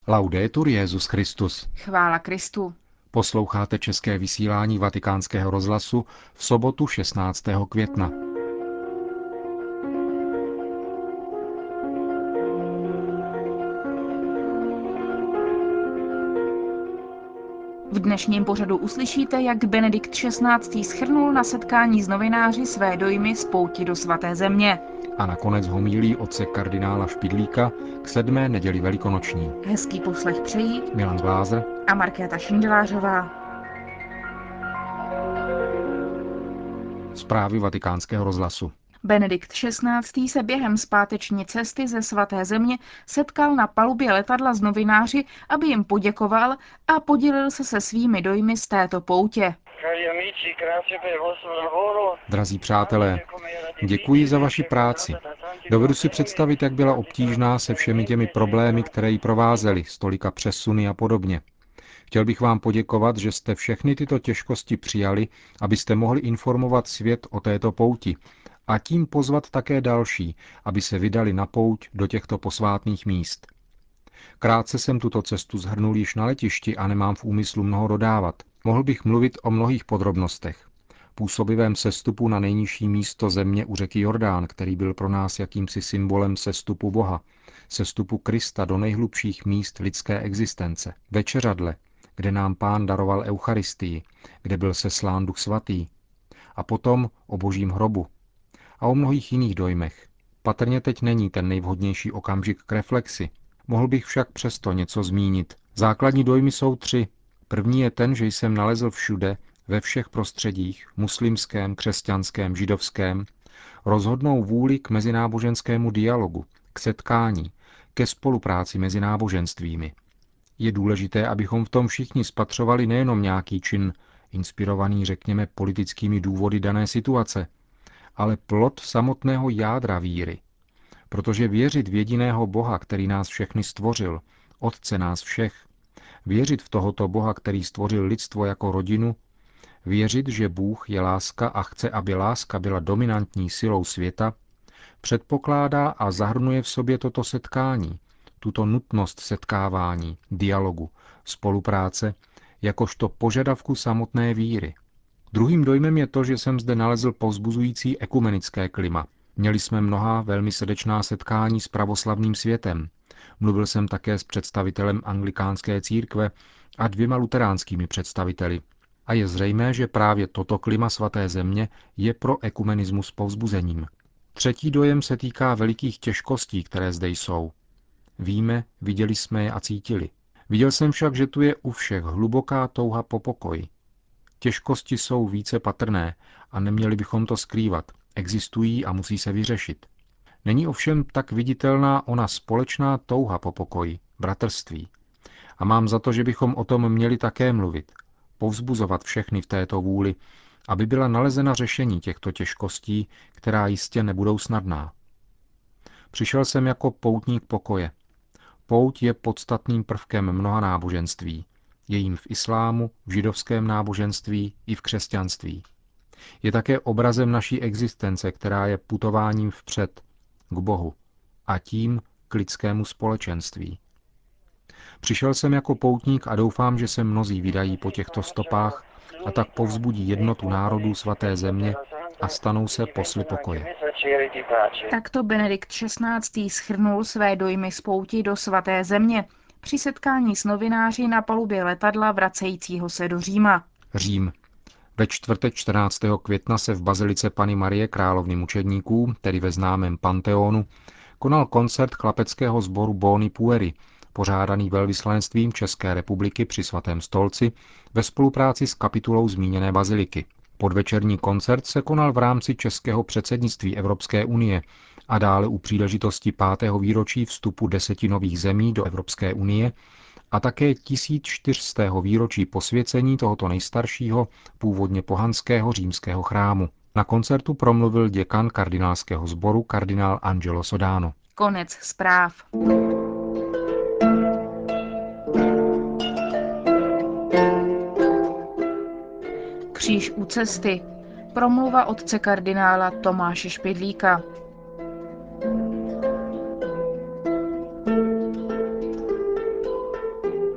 Laudetur Jesus Christus. Chvála Kristu. Posloucháte české vysílání Vatikánského rozhlasu v sobotu 16. května. V dnešním pořadu uslyšíte, jak Benedikt XVI. Shrnul na setkání s novináři své dojmy z pouti do svaté země. A nakonec homílí otce kardinála Špidlíka k 7. neděli velikonoční. Hezký poslech přejí Milan Glázer a Markéta Šindelářová. Zprávy Vatikánského rozhlasu. Benedikt XVI. Se během zpáteční cesty ze svaté země setkal na palubě letadla s novináři, aby jim poděkoval a podělil se svými dojmy z této poutě. Drazí přátelé, děkuji za vaši práci. Dovedu si představit, jak byla obtížná se všemi těmi problémy, které ji provázely, s tolika přesuny a podobně. Chtěl bych vám poděkovat, že jste všechny tyto těžkosti přijali, abyste mohli informovat svět o této pouti a tím pozvat také další, aby se vydali na pouť do těchto posvátných míst. Krátce jsem tuto cestu shrnul již na letišti a nemám v úmyslu mnoho dodávat. Mohl bych mluvit o mnohých podrobnostech. Působivém sestupu na nejnižší místo země u řeky Jordán, který byl pro nás jakýmsi symbolem sestupu Boha, sestupu Krista do nejhlubších míst lidské existence. Večeřadle, kde nám Pán daroval Eucharistii, kde byl seslán Duch Svatý. A potom o Božím hrobu. A o mnohých jiných dojmech. Patrně teď není ten nejvhodnější okamžik k reflexi. Mohl bych však přesto něco zmínit. Základní dojmy jsou 3. První je ten, že jsem nalezl všude, ve všech prostředích, muslimském, křesťanském, židovském, rozhodnou vůli k mezináboženskému dialogu, k setkání, ke spolupráci mezi náboženstvími. Je důležité, abychom v tom všichni spatřovali nejenom nějaký čin, inspirovaný, řekněme, politickými důvody dané situace, ale plod samotného jádra víry. Protože věřit v jediného Boha, který nás všechny stvořil, Otce nás všech, věřit v tohoto Boha, který stvořil lidstvo jako rodinu, věřit, že Bůh je láska a chce, aby láska byla dominantní silou světa, předpokládá a zahrnuje v sobě toto setkání, tuto nutnost setkávání, dialogu, spolupráce, jakožto požadavku samotné víry. Druhým dojmem je to, že jsem zde nalezl povzbuzující ekumenické klima. Měli jsme mnohá velmi srdečná setkání s pravoslavným světem. Mluvil jsem také s představitelem anglikánské církve a 2 luteránskými představiteli. A je zřejmé, že právě toto klima svaté země je pro ekumenismus povzbuzením. Třetí dojem se týká velikých těžkostí, které zde jsou. Víme, viděli jsme je a cítili. Viděl jsem však, že tu je u všech hluboká touha po pokoji. Těžkosti jsou více patrné a neměli bychom to skrývat. Existují a musí se vyřešit. Není ovšem tak viditelná ona společná touha po pokoji, bratrství. A mám za to, že bychom o tom měli také mluvit, povzbuzovat všechny v této vůli, aby byla nalezena řešení těchto těžkostí, která jistě nebudou snadná. Přišel jsem jako poutník pokoje. Pouť je podstatným prvkem mnoha náboženství. Je jím v islámu, v židovském náboženství i v křesťanství. Je také obrazem naší existence, která je putováním vpřed, k Bohu, a tím k lidskému společenství. Přišel jsem jako poutník a doufám, že se mnozí vydají po těchto stopách a tak povzbudí jednotu národů svaté země a stanou se posly pokoje. Takto Benedikt XVI. Shrnul své dojmy z pouti do svaté země při setkání s novináři na palubě letadla vracejícího se do Říma. Řím. Ve čtvrtek 14. května se v bazilice Panny Marie Královny mučedníků, tedy ve známém Panteonu, konal koncert chlapeckého sboru Boni Pueri, pořádaný velvyslanectvím České republiky při Svatém stolci ve spolupráci s kapitulou zmíněné baziliky. Podvečerní koncert se konal v rámci českého předsednictví Evropské unie a dále u příležitosti 5. výročí vstupu 10 nových zemí do Evropské unie a také 1400. výročí posvěcení tohoto nejstaršího, původně pohanského římského chrámu. Na koncertu promluvil děkan kardinálského sboru kardinál Angelo Sodano. Konec zpráv. Kříž u cesty. Promluva otce kardinála Tomáše Špidlíka.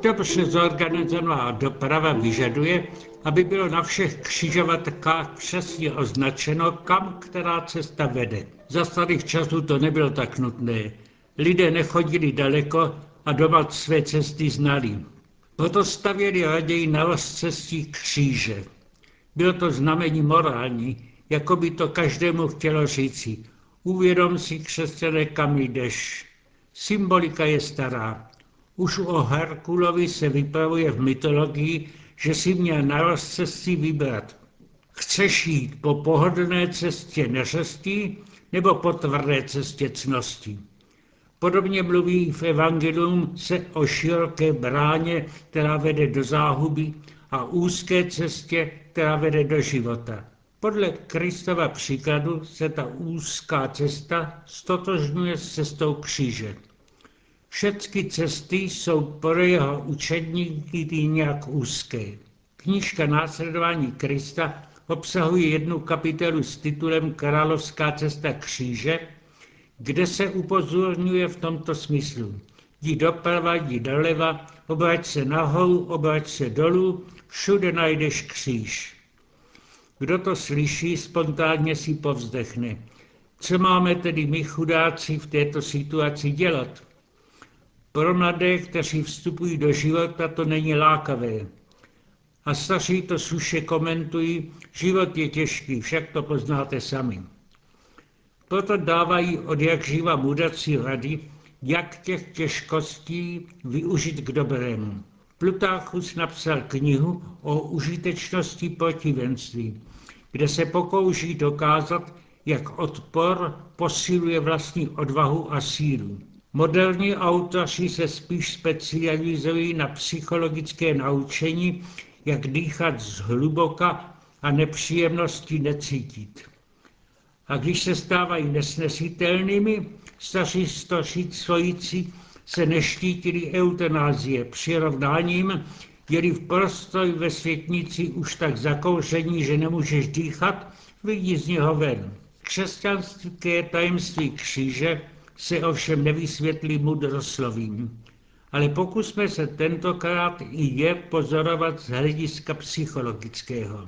Dobře zorganizovaná doprava vyžaduje, aby bylo na všech křižovatkách přesně označeno, kam která cesta vede. Za starých časů to nebylo tak nutné. Lidé nechodili daleko a doma své cesty znali. Proto stavěli raději na rozcestí kříže. Bylo to znamení morální, jako by to každému chtělo říci. Uvědom si, křesťané, kam jdeš. Symbolika je stará. Už o Herkulovi se vypravuje v mytologii, že si měl na rozcestí vybrat. Chceš jít po pohodlné cestě neřestí nebo po tvrdé cestě cnosti? Podobně mluví v evangelium se o široké bráně, která vede do záhuby, a úzké cestě, která vede do života. Podle Kristova příkladu se ta úzká cesta stotožňuje s cestou kříže. Všechny cesty jsou pro jeho učedníky nějak úzké. Knížka Následování Krista obsahuje jednu kapitolu s titulem Královská cesta kříže, kde se upozorňuje v tomto smyslu. Jdi doprava, jdi doleva, obrať se nahoru, obrať se dolů, všude najdeš kříž. Kdo to slyší, spontánně si povzdechne. Co máme tedy my chudáci v této situaci dělat? Pro mladé, kteří vstupují do života, to není lákavé. A staří to suše komentují, život je těžký, však to poznáte sami. Proto dávají od jak živa mudrci rady, jak těch těžkostí využít k dobrému. Plutarchus napsal knihu o užitečnosti protivenství, kde se pokouší dokázat, jak odpor posiluje vlastní odvahu a sílu. Moderní autoři se spíš specializují na psychologické naučení, jak dýchat zhluboka a nepříjemnosti necítit. A když se stávají nesnesitelnými, staří stojící se neštítili eutanázie přirovnáním, jeli v prostoji ve světnici už tak zakouření, že nemůžeš dýchat, vyjdi z něho ven. Křesťanské tajemství kříže se ovšem nevysvětlí mudroslovím. Ale pokusme se tentokrát i je pozorovat z hlediska psychologického.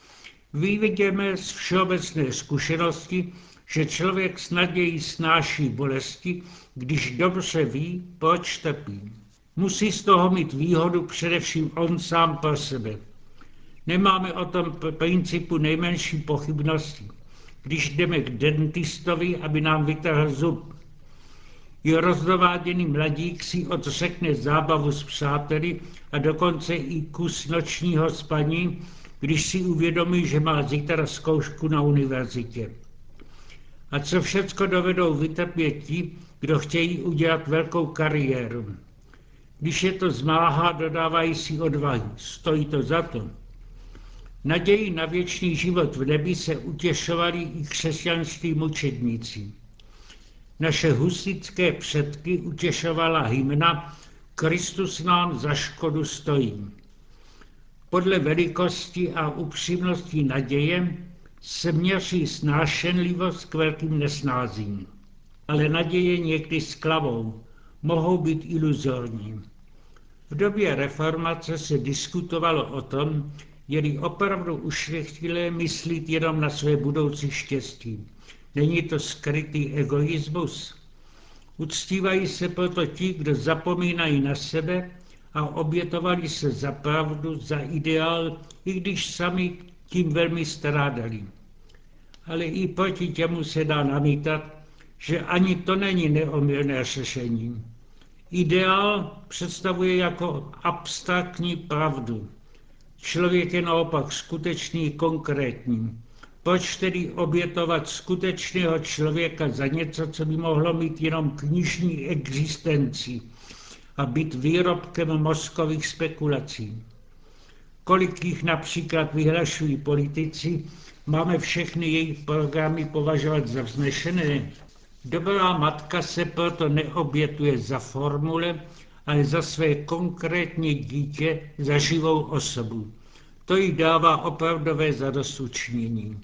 Vyvedeme z všeobecné zkušenosti, že člověk s nadějí snáší bolesti, když dobře ví, proč trpí. Musí z toho mít výhodu především on sám pro sebe. Nemáme o tom principu nejmenší pochybnosti, když jdeme k dentistovi, aby nám vytrhl zub. I rozdováděný mladík si odřekne zábavu s přáteli a dokonce i kus nočního spaní, když si uvědomí, že má zítra zkoušku na univerzitě. A co všecko dovedou vytrpět ti, kdo chtějí udělat velkou kariéru. Když je to zmáhá, dodávají si odvahy. Stojí to za to. Naději na věčný život v nebi se utěšovali i křesťanští mučedníci. Naše husitské předky utěšovala hymna Kristus nám za škodu stojí. Podle velikosti a upřímnosti naděje se měří snášenlivost k velkým nesnázím. Ale naděje někdy sklavou, mohou být iluzorní. V době reformace se diskutovalo o tom, je-li opravdu ušlechtilé myslit jenom na své budoucí štěstí. Není to skrytý egoismus? Uctívají se proto ti, kdo zapomínají na sebe a obětovali se za pravdu, za ideál, i když sami tím velmi strádali. Ale i proti těmu se dá namítat, že ani to není neomylné řešení. Ideál představuje jako abstraktní pravdu. Člověk je naopak skutečný, konkrétní. Proč tedy obětovat skutečného člověka za něco, co by mohlo mít jenom knižní existenci a být výrobkem mozkových spekulací? Kolik jich například vyhlašují politici, máme všechny jejich programy považovat za vznešené? Dobrá matka se proto neobětuje za formule, ale za své konkrétní dítě, za živou osobu. To jí dává opravdové zadostučinění.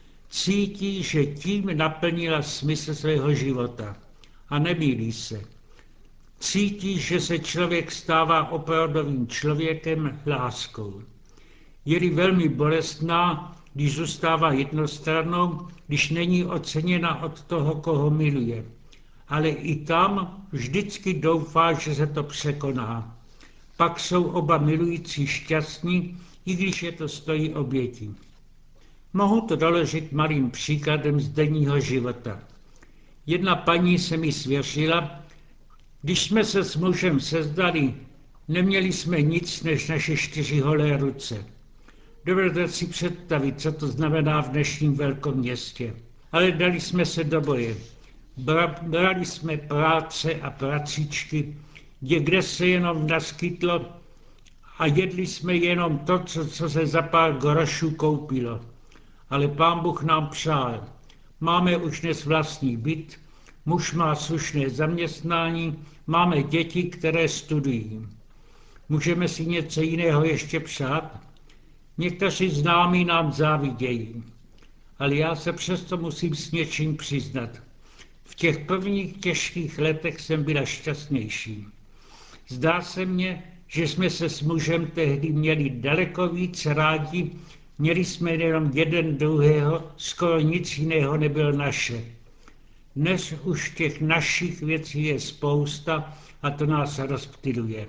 Cítí, že tím naplnila smysl svého života. A nemýlí se. Cítí, že se člověk stává opravdovým člověkem láskou. Je-li velmi bolestná, když zůstává jednostrannou, když není oceněna od toho, koho miluje. Ale i tam vždycky doufá, že se to překoná. Pak jsou oba milující šťastní, i když je to stojí oběti. Mohu to doložit malým příkladem z denního života. Jedna paní se mi svěřila, když jsme se s mužem sezdali, neměli jsme nic než naše 4 holé ruce. Dovedete si představit, co to znamená v dnešním velkom městě. Ale dali jsme se do boje. Brali jsme práce a pracíčky, kde se jenom naskytlo, a jedli jsme jenom to, co se za pár grošů koupilo. Ale Pán Bůh nám přál. Máme už dnes vlastní byt, muž má slušné zaměstnání, máme děti, které studují. Můžeme si něco jiného ještě přát? Někteří známí nám závidějí, ale já se přesto musím s něčím přiznat. V těch prvních těžkých letech jsem byla šťastnější. Zdá se mně, že jsme se s mužem tehdy měli daleko víc rádi, měli jsme jenom jeden druhého, skoro nic jiného nebylo naše. Dnes už těch našich věcí je spousta a to nás rozptyluje.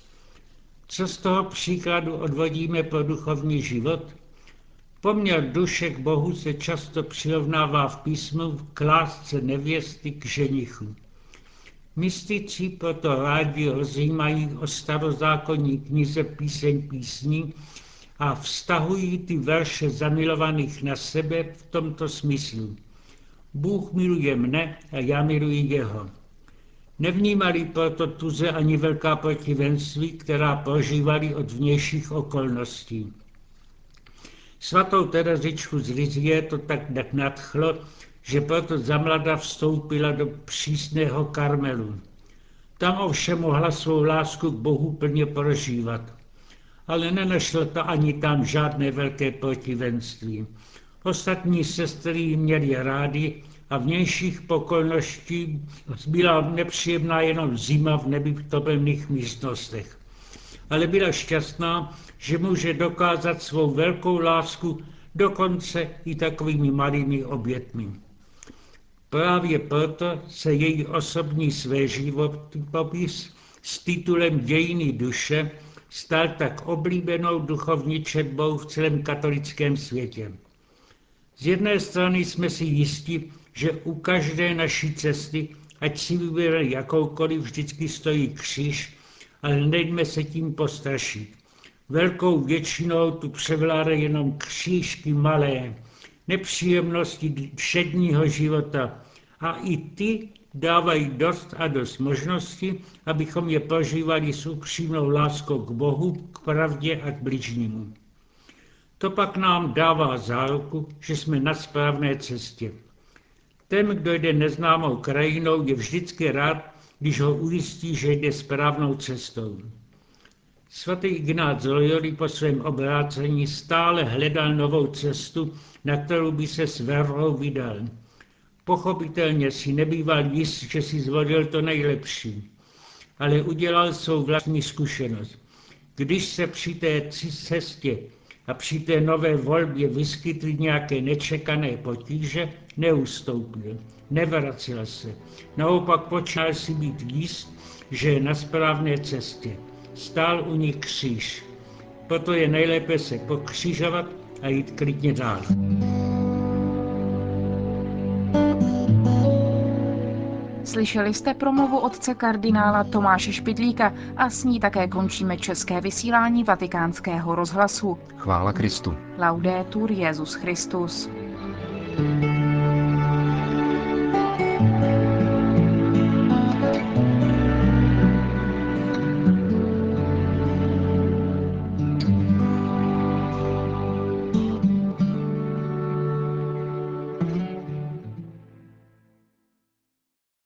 Co z toho příkladu odvodíme pro duchovní život? Poměr duše k Bohu se často přirovnává v písmu k lásce nevěsty k ženichu. Mystici proto rádi rozjímají o starozákonní knize Píseň písní a vztahují ty verše zamilovaných na sebe v tomto smyslu. Bůh miluje mne a já miluji jeho. Nevnímali proto tuze ani velká protivenství, která prožívali od vnějších okolností. Svatou Terezičku z Lizie to tak nadchlo, že proto zamlada vstoupila do přísného Karmelu. Tam ovšem mohla svou lásku k Bohu plně prožívat. Ale nenašlo to ani tam žádné velké protivenství. Ostatní sestry ji měly rádi a vnějších okolností byla nepříjemná jenom zima v nevytopených místnostech. Ale byla šťastná, že může dokázat svou velkou lásku dokonce i takovými malými obětmi. Právě proto se její osobní životopis s titulem Dějiny duše stal tak oblíbenou duchovní četbou v celém katolickém světě. Z jedné strany jsme si jisti, že u každé naší cesty, ať si vybereme jakoukoliv, vždycky stojí kříž, ale nejďme se tím postrašit. Velkou většinou tu převládá jenom křížky malé, nepříjemnosti všedního života a i ty dávají dost a dost možností, abychom je prožívali s upřímnou láskou k Bohu, k pravdě a k bližnímu. To pak nám dává záruku, že jsme na správné cestě. Ten, kdo jde neznámou krajinou, je vždycky rád, když ho ujistí, že jde správnou cestou. Svatý Ignác z Loyoli po svém obrácení stále hledal novou cestu, na kterou by se s vervou vydal. Pochopitelně si nebýval jist, že si zvolil to nejlepší, ale udělal svou vlastní zkušenost. Když se při té cestě a při té nové volbě vyskytly nějaké nečekané potíže, neustoupil, nevracel se. Naopak počal si být jist, že je na správné cestě. Stál u nich kříž. Proto je nejlépe se pokřižovat a jít klidně dál. Slyšeli jste promluvu otce kardinála Tomáše Špidlíka a s ní také končíme české vysílání Vatikánského rozhlasu. Chvála Kristu. Laudetur Jesus Christus.